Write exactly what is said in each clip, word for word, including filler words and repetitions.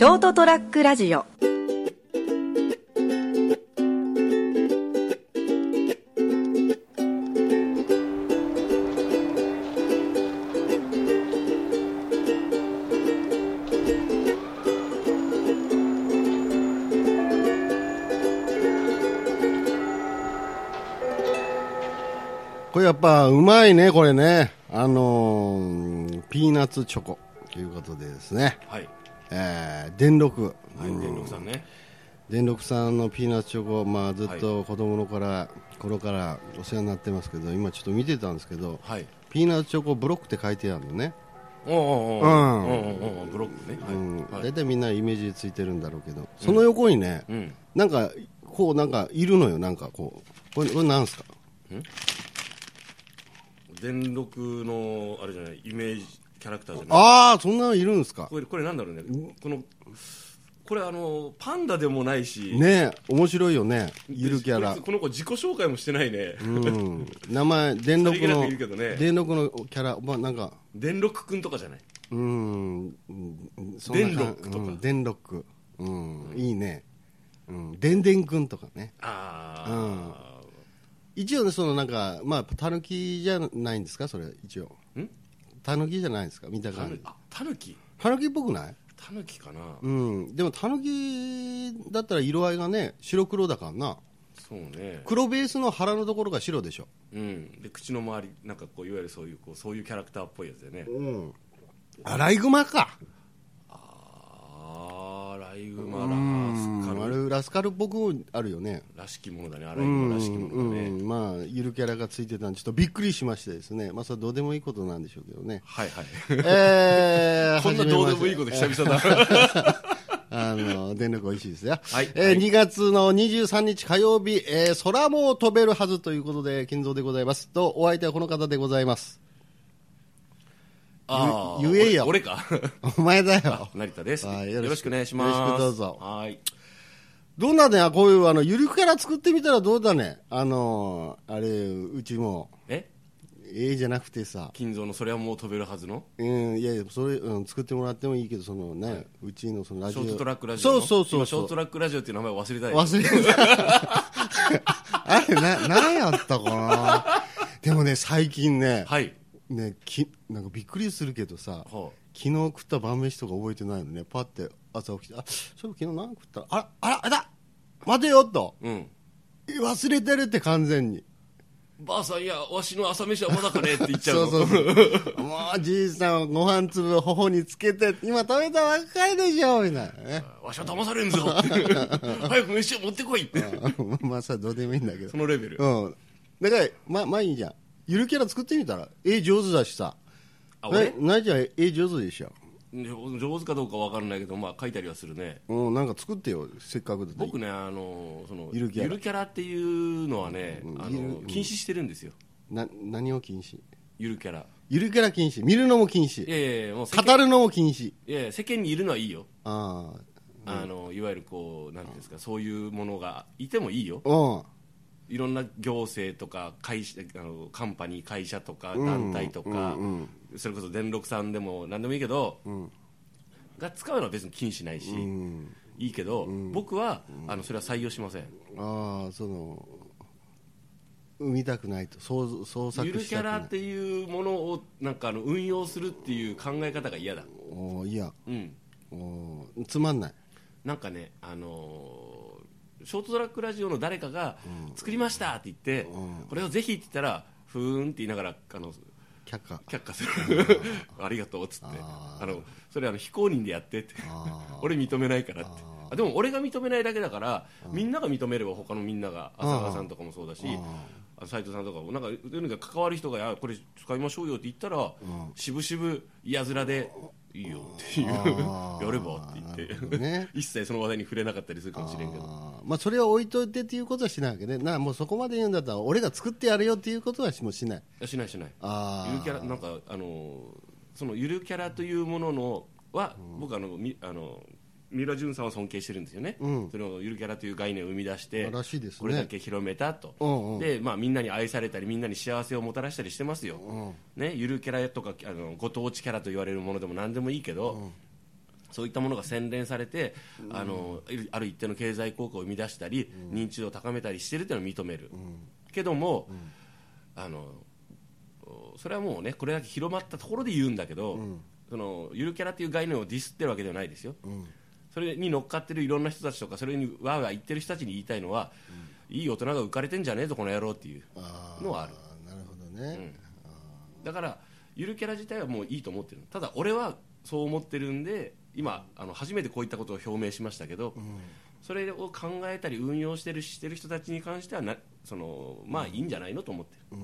ショートトラックラジオ。 これやっぱうまいね、これね、あのー、ピーナッツチョコということでですね、 はい、 えー、電力、 はい、うん、電力さんね、 電力さんのピーナッツチョコ、まあ、ずっと子供の頃から、頃からお世話になってますけど、今ちょっと見てたんですけど、はい、ピーナッツチョコブロックって書いてあるのね。 おおおお、ブロックね、はい、うん、 はい、だいたいみんなイメージついてるんだろうけど、その横にね、うん、なんかこうなんかいるのよ、なんかこう、これ、これなんですか？ん電力のあれじゃない、イメージキャラクターじゃない。 ああ、そんなのいるんですか？ これ、これなんだろうね、このこれあのパンダでもないしね、面白いよね、ゆるキャラ。 この子自己紹介もしてないね、 うん、名前電力の、ね、電力のキャラ、まあ、なんか電力くんとかじゃない、 うん、 そんな電力とか、うん、 電力、うん、いいね、うん、でんでんくんとかね。 ああ、 うん、一応ね、そのなんか、まあ、たぬきじゃないんですか、それ、一応。たぬきじゃないですか、見た感じ。 あ、たぬきたぬきっぽくない？ たぬきかな。 うん、でもたぬきだったら色合いがね、白黒だからな。 そうね。 黒ベースの腹のところが白でしょ。 うん。で、口の周り、なんかこう、いわゆるそういう、こう、そういうキャラクターっぽいやつでね。 うん。アライグマか。 あー、アライグマ、ラスカル。 あれ、ラスカルっぽくあるよね。 らしきものだね、アライグマらしきものだね。 うん、まあ、ゆるキャラがついてたんで、ちょっとびっくりしましてですね。まあ、それどうでもいいことなんでしょうけどね。 はいはい。 えー、 こんなどうでもいいこと久々だ。 あの、電力美味しいですよ。 はい。 えーはい、にがつのにじゅうさんにち火曜日、えー、空も飛べるはずということで、金蔵でございます。と、お相手はこの方でございます。 あ言えよ。 俺か。 お前だよ。 成田です。よろしくお願いします。 よろしくどうぞ。 はい。 どうだね、こういう、あの、ゆるキャラ作ってみたらどうだね。あの、あれ、うちも。 えええじゃなくてさ。 金蔵のそれはもう飛べるはずのうん、いやいや、それ、うん、作ってもらってもいいけど、そのね、はい、うちのそのラジオ。 ショートトラックラジオの。 そうそうそう。 今、ショートトラックラジオっていう名前忘れたよ。 忘れた。あれ、な、何やったかな。でもね、最近ね。 はい。 ね、きなんかびっくりするけどさ、はあ、昨日食った晩飯とか覚えてないのね。パッて朝起きて、あ、そういえば昨日何食ったあら、あら、あら、待てよと、うん、忘れてるって完全に。 ばあさん、いや、わしの朝飯はまだかねって言っちゃうの。 そうそうそうもうじいさんご飯粒頬につけて、今食べたばっかりでしょみたいなね。 わしは騙されんぞ早く飯を持ってこいってまあさ、どうでもいいんだけど、 そのレベル。 うん。だから、ま、まあいいじゃん。ゆるキャラ作ってみたら、絵上手だしさ。 あ、俺ななちゃん絵上手でしょ。 上手かどうかわからないけど、まあ書いたりはするね。 うん、なんか作ってよ、せっかくだと。 僕ね、あのそのゆるキャラ、 ゆるキャラっていうのはね、うん、あの禁止してるんですよ。 な、何を禁止？ ゆるキャラ。 ゆるキャラ禁止。見るのも禁止。 いやいやいや、もう語るのも禁止。 いやいや、世間にいるのはいいよ。 ああ、うん、あのいわゆるこうなんていうんですか、そういうものがいてもいいよ。 うん。 いろんな行政とか会社、あのカンパニー、会社とか団体とか、うんうんうん、それこそ電力さんでも何でもいいけど、うん、が使うのは別に禁止ないし、うん、いいけど、うん、僕は、うん、あのそれは採用しません。 ああ、その生みたくないと、創創作したくない。 ゆるキャラっていうものをなんかあの運用するっていう考え方が嫌だ。 おいや、 うん、 おつまんない。 なんかね、あのーショートトラックラジオの誰かが作りましたって言って、うん、これをぜひって言ったらふーんって言いながらあの却下却下するありがとうっつって、ああのそれあの非公認でやってって俺認めないからって。あでも俺が認めないだけだから、みんなが認めれば他のみんなが、浅川さんとかもそうだし、斉藤さんとかもなんかとにかく関わる人がこれ使いましょうよって言ったら、しぶしぶいやずらでいいよっていうやればって言って、ね、一切その話題に触れなかったりするかもしれんけど、 あ、まあ、それは置いといてっていうことはしないわけね。なもうそこまで言うんだったら俺が作ってやるよっていうことはもうしない。 しないしない。 あゆるキャラなんかあのそのゆるキャラというもののは、うん、僕あのみあの三浦淳さんは尊敬してるんですよね、うん、そのゆるキャラという概念を生み出して、 らしいですね、 これだけ広めたと、 うんうん、 でまあ、みんなに愛されたりみんなに幸せをもたらしたりしてますよ、うんね、ゆるキャラとかあのご当地キャラと言われるものでも何でもいいけど、うん、 そういったものが洗練されて、うん、あのある一定の経済効果を生み出したり、うん、認知度を高めたりしているというのを認める、うん、けども、うん、あのそれはもうねこれだけ広まったところで言うんだけど、うん、そのゆるキャラという概念をディスってるわけではないですよ、うん、それに乗っかってるいろんな人たちとかそれにわーわー言ってる人たちに言いたいのは、うん、いい大人が浮かれてんじゃねえぞこの野郎っていうのはある。 なるほどね、 うん、だからゆるキャラ自体はもういいと思ってる。ただ俺はそう思ってるんで今あの初めてこういったことを表明しましたけど、うん、それを考えたり運用してるしてる人たちに関してはなそのまあいいんじゃないのと思ってる、うん、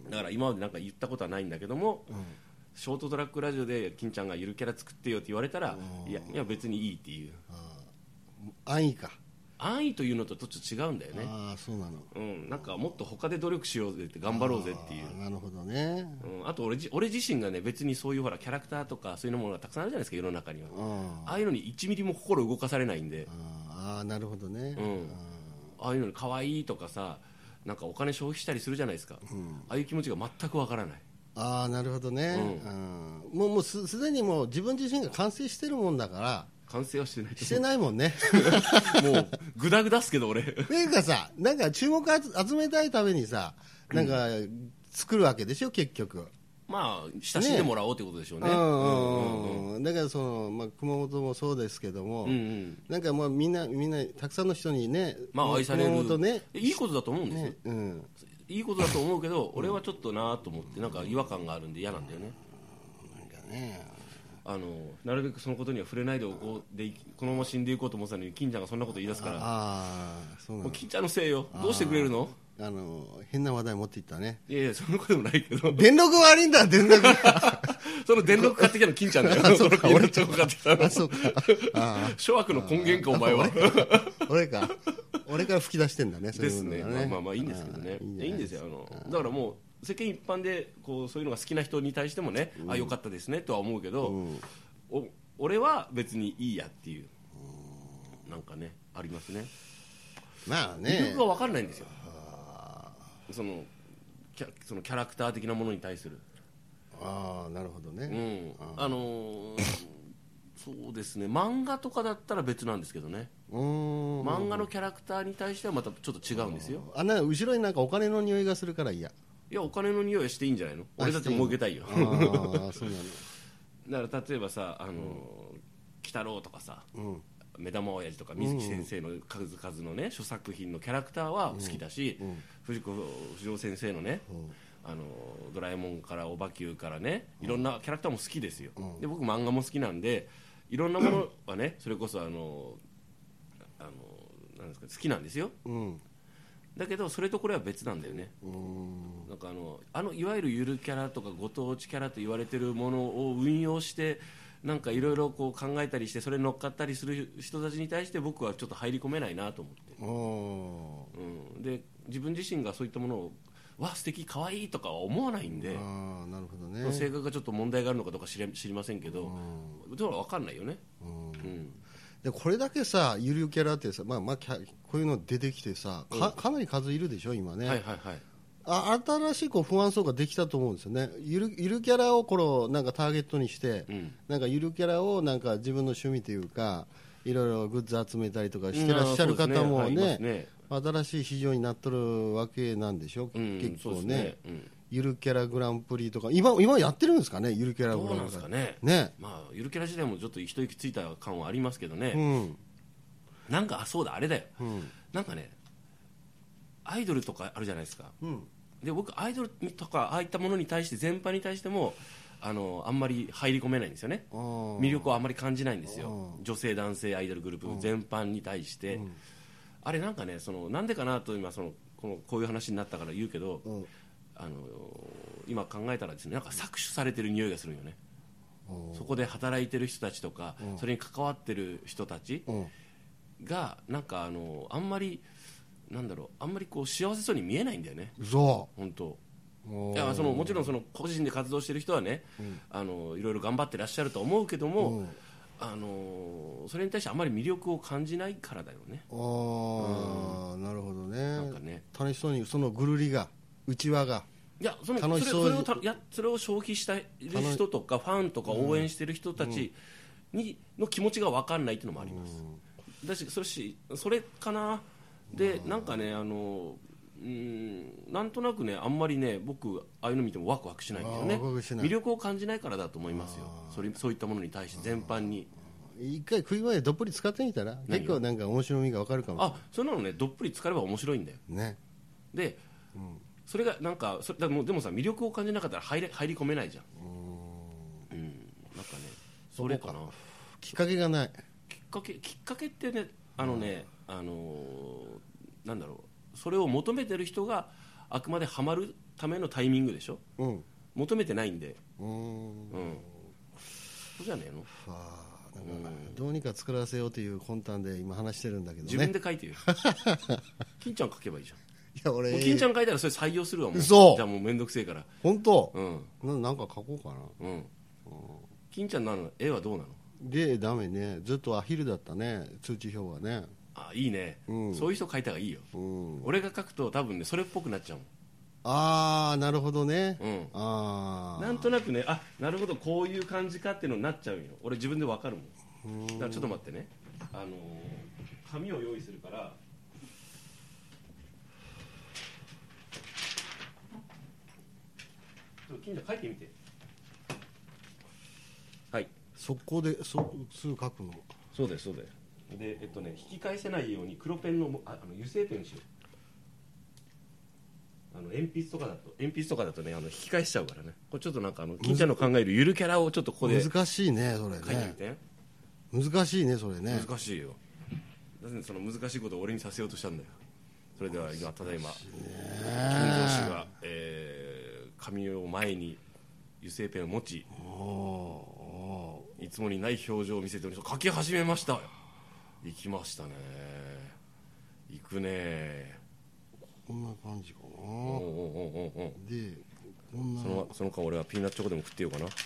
だから今までなんか言ったことはないんだけども、うん、ショートトラックラジオで金ちゃんがゆるキャラ作ってよって言われたら、うん、いやいや別にいいっていう、 安易か安易というのとちょっと違うんだよね。 ああそうなの、 うん、なんかもっと他で努力しようぜって頑張ろうぜっていう。 あなるほどね、 うん、あと 俺, 俺自身がね別にそういうほらキャラクターとかそういうものがたくさんあるじゃないですか世の中には。ああいうのにいちミリも心動かされないんで。 ああなるほどね、 うん、ああいうのに可愛いとかさなんかお金消費したりするじゃないですか、うん、ああいう気持ちが全くわからない。 ああなるほどね、うんうん、もうもう す, すでにもう自分自身が完成してるもんだから完成はしてないしてないもんねもうグダグダっすけど俺っていうかさなんか注目集めたいためにさなんか作るわけでしょ結局。 まあ親しんでもらおうということでしょうね。 だからその、まあ、熊本もそうですけども、うんうん、なんかもうみんなみんなたくさんの人にね、 まあ、愛される熊本ねいいことだと思うんですよ、ねうん、いいことだと思うけど俺はちょっとなと思ってなんか違和感があるんで嫌なんだよね。なんかねあのなるべくそのことには触れないでおこうでこのまま死んでいこうと思ってたのに金ちゃんがそんなこと言い出すからあそうなのもう金ちゃんのせいよどうしてくれるの。 あの変な話題持っていったね。 いやいやそんなこともないけど電力悪いんだ電力その電力買ってきたの金ちゃんだよそうか俺チョコ買ってきたのあそうかあ諸悪の根源かお前は俺か俺から吹き出してんだね。 そういうのがねですね、まあ、まあまあいいんですけどね。いいんいいんですよあのだからもう世間一般でこうそういうのが好きな人に対してもね、うん、あ良かったですねとは思うけど、うん、お俺は別にいいやっていう、うん、なんかねありますね。 まあね魅力が分かんないんですよ。そのキャそのキャラクター的なものに対する。 ああなるほどね、 うん、あ、あのー、そうですね漫画とかだったら別なんですけどね。うん漫画のキャラクターに対してはまたちょっと違うんですよ。 あな後ろになんかお金の匂いがするから嫌。いやお金の匂いはしていいんじゃないの。俺だって儲けたいよ。あそうなのだから例えばさあのーうん、鬼太郎とかさ、うん目玉親父とか水木先生の数々のね、うん、諸作品のキャラクターは好きだし、うんうん、藤子不二雄先生のね、うん、あのドラえもんからおばきゅうからねいろんなキャラクターも好きですよ、うん、で僕漫画も好きなんでいろんなものはねそれこそあのあのなんですか好きなんですよ、うん、だけどそれとこれは別なんだよね。うんなんかあのあのいわゆるゆるキャラとかご当地キャラと言われてるものを運用してなんかいろいろ考えたりしてそれに乗っかったりする人たちに対して僕はちょっと入り込めないなと思って、うん、で自分自身がそういったものをわ素敵可愛いとかは思わないんで。 あなるほどね。 性格がちょっと問題があるのかどうか知り、知りませんけどでも分かんないよね。うん、 でこれだけさゆるキャラってさ、まあまあ、こういうの出てきてさ か,、うん、かなり数いるでしょ今ね。はいはいはいあ新しいこう不安層ができたと思うんですよね。ゆる、ゆるキャラをこのなんかターゲットにして、うん、なんかゆるキャラをなんか自分の趣味というかいろいろグッズ集めたりとかしてらっしゃる方も ね,、うん、ね新しい市場になっとるわけなんでしょ、うん、結構 ね, ね、うん、ゆるキャラグランプリとか 今, 今やってるんですかねゆるキャラグランプリ。 どうなんですかね。ね、まあ、ゆるキャラ時代もちょっと一息ついた感はありますけどね、うん、なんかあそうだあれだよ、うん、なんかねアイドルとかあるじゃないですか、うん、で僕アイドルとかああいったものに対して全般に対してもあのあんまり入り込めないんですよね。魅力をあんまり感じないんですよ。女性男性アイドルグループ全般に対して、うん、あれなんかねそのなんでかなと今そのこのこういう話になったから言うけど、うん、あの今考えたらですねなんか搾取されてる匂いがするよね。そこで働いてる人たちとか、うん、それに関わってる人たちがなんかあのあんまりなんだろうあんまりこう幸せそうに見えないんだよね。 そう本当いやそのもちろんその個人で活動してる人はね、うん、あのいろいろ頑張ってらっしゃると思うけども、うん、あのそれに対してあんまり魅力を感じないからだよね。ああ、うん、なるほどね。 なんかね楽しそうにそのぐるりが内輪がいやその楽しそうそれそれをたやそれを消費したいる人とかファンとか応援してる人たちにの気持ちが分かんないっていうのもあります。だしそれしそれかな。でなんかねあのうーんなんとなくねあんまりね僕ああいうの見てもワクワクしないんだよね。魅力を感じないからだと思いますよ。それそういったものに対して全般に。 一回食い前でどっぷり使ってみたら結構なんか面白みが分かるかもしれない。 あそんなのねどっぷり使えば面白いんだよ、 ね、 で、うん、それがなんかそれだもでもさ魅力を感じなかったら入れ入り込めないじゃん。うーん、うん、なんかねそれかな。 きっかけがない。 きっかけきっかけってねあのね、うん、あのー、なんだろうそれを求めてる人があくまでハマるためのタイミングでしょ、うん、求めてないんでうーん、うん、そうじゃねえの。はあなんかうん、どうにか作らせようという魂胆で今話してるんだけどね。 自分で書いてよ金ちゃん書けばいいじゃん。いや俺もう金ちゃん書いたらそれ採用するわもう。 そうじゃあもうめんどくせえから。 本当、 うん、 な, なんか書こうかな、うんうん、 金ちゃんの絵はどうなの。 でダメねずっとアヒルだったね通知表はね。 あいいね、うん、そういう人書いた方がいいよ、うん、俺が書くと多分ねそれっぽくなっちゃうもん。 ああなるほどね、うん、 あなんとなくねあなるほどこういう感じかっていうのになっちゃうよ。俺自分で分かるもん。だからちょっと待ってねあのー、紙を用意するからちょっと金ちゃん書いてみて。はい速攻でそすぐ書くの。 そうですそうです。でえっとね引き返せないように黒ペンのああの油性ペンにしよう。あの鉛筆とかだと鉛筆とかだとねあの引き返しちゃうからね。これちょっとなんかあの金ちゃんの考えるゆるキャラをちょっとここで難しいねそれね。 書いてみて。 難しいねそれね。 難しいよ。なぜその難しいことを俺にさせようとしたんだよ。それでは今ただいま金蔵氏が、えー、紙を前に油性ペンを持ちいつもにない表情を見せており書き始めましたよ。行きましたね。行くね。 こんな感じかな。おうおうおうおうでこんなそのその間俺はピーナッツチョコでも食ってようかな。こ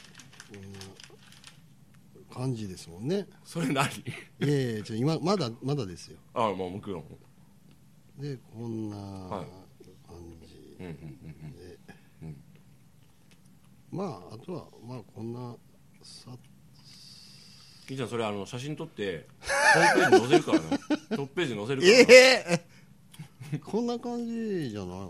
んな感じですもんね。 それ何。 いやいやじゃ今まだまだですよ。 ああもう向くよ。 でこんな感じで、うん、まああとはまあこんなさ金ちゃんそれあの写真撮ってホームページに載せるからねトップページに載せるから、 ね、えー、こんな感じじゃないかな、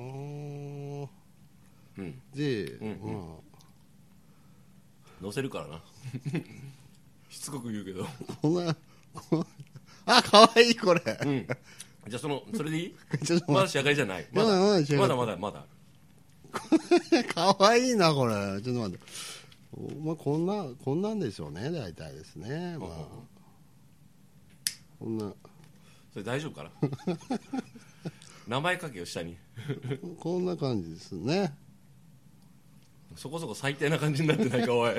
うん、で、うんうんまあ、載せるからなしつこく言うけどこんなあかわいいこれ、うんじゃあそのそれでいいまだ仕上がりじゃないまだまだまだまだかわいいなこれちょっと待ってまあこんなこんなんでしょうね大体ですねまあこんなそれ大丈夫かな名前書けよ下にこんな感じですね。 そこそこ最低な感じになってないかおい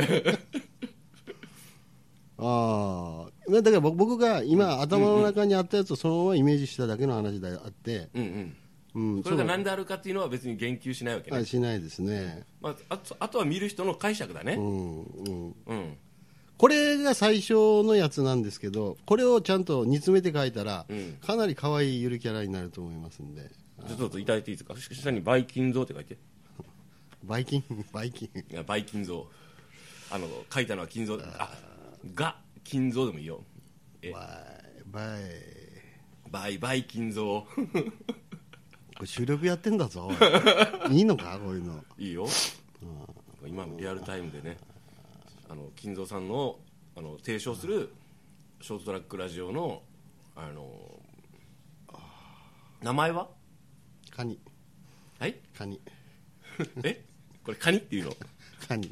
ああだから僕が今頭の中にあったやつをそのままイメージしただけの話であって、うんうんうん、それが何であるかっていうのは別に言及しないわけね。 しないですね、 まあ、あと、あとは見る人の解釈だね、うんうんうん、これが最初のやつなんですけどこれをちゃんと煮詰めて書いたら、うん、かなり可愛いゆるキャラになると思いますんで。 ちょっといただいていいですか。下にバイキン像って書いてバイキンバイキンいやバイキン像あの書いたのは金像あが金像でもいいよ。えバイバイバイバイ金像これ収録やってんだぞいいのかこういうの。 いいよ、うん、今リアルタイムでねあの金蔵さんのあの提唱するショートトラックラジオのあの名前はカニ。 はいカニえこれカニっていうのカニ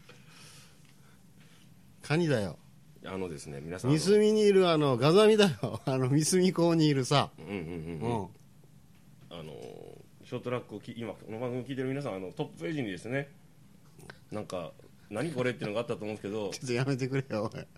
カニだよ。 あのですね皆さん三隅にいるあのガザミだよあの三隅港にいるさうんうんうんうん、うんあのショートトラックをき今この番組を聞いてる皆さんあのトップページにですねなんか何これっていうのがあったと思うんですけどちょっとやめてくれよおい。よ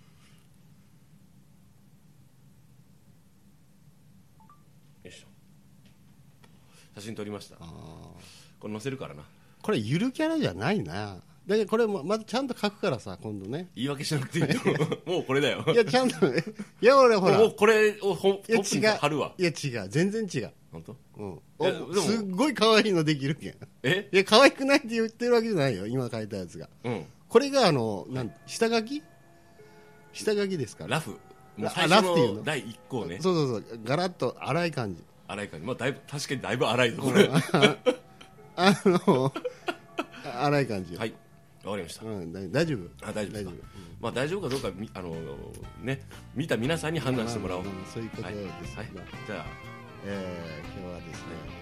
いしょ写真撮りました。あこれ載せるからな。 これゆるキャラじゃないな。だけどこれもまたちゃんと書くからさ今度ね言い訳しなくていいよもうこれだよ。 いやちゃんといや俺ほらもうこれをトップに貼るわ。 いや違う全然違う本当、 うん、すっごい可愛いのできるけん。 えいや可愛くないって言ってるわけじゃないよ今書いたやつが、うん、これがあのなん下書き下書きですから。 ラフもう最初の第一項ね。 そうそうそう、ガラッと荒い感じ。 荒い感じ、まあ、だいぶ確かにだいぶ荒いぞこれ。 あの荒い感じ。 はい、わかりました。 うん、大丈夫。 あ、大丈夫ですか。まあ大丈夫かどうかあのね、見た皆さんに判断してもらおう。 まあまあまあそういうことです。 はいはい、じゃあ、 えー、今日はですね、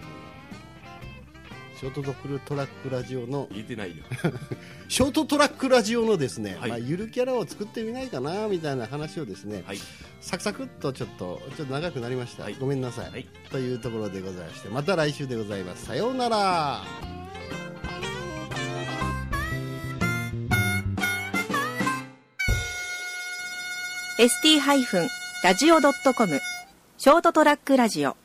ショートトラックラジオの言えてないよ。 ショートトラックラジオのですね、 はい、 まあ、ゆるキャラを作ってみないかなみたいな話をですね、 はい、 サクサクっとちょっとちょっと長くなりました、はい、ごめんなさい、 はい、 というところでございまして、また来週でございます。さようなら。 エスティー ラジオ ドットコム ショートトラックラジオ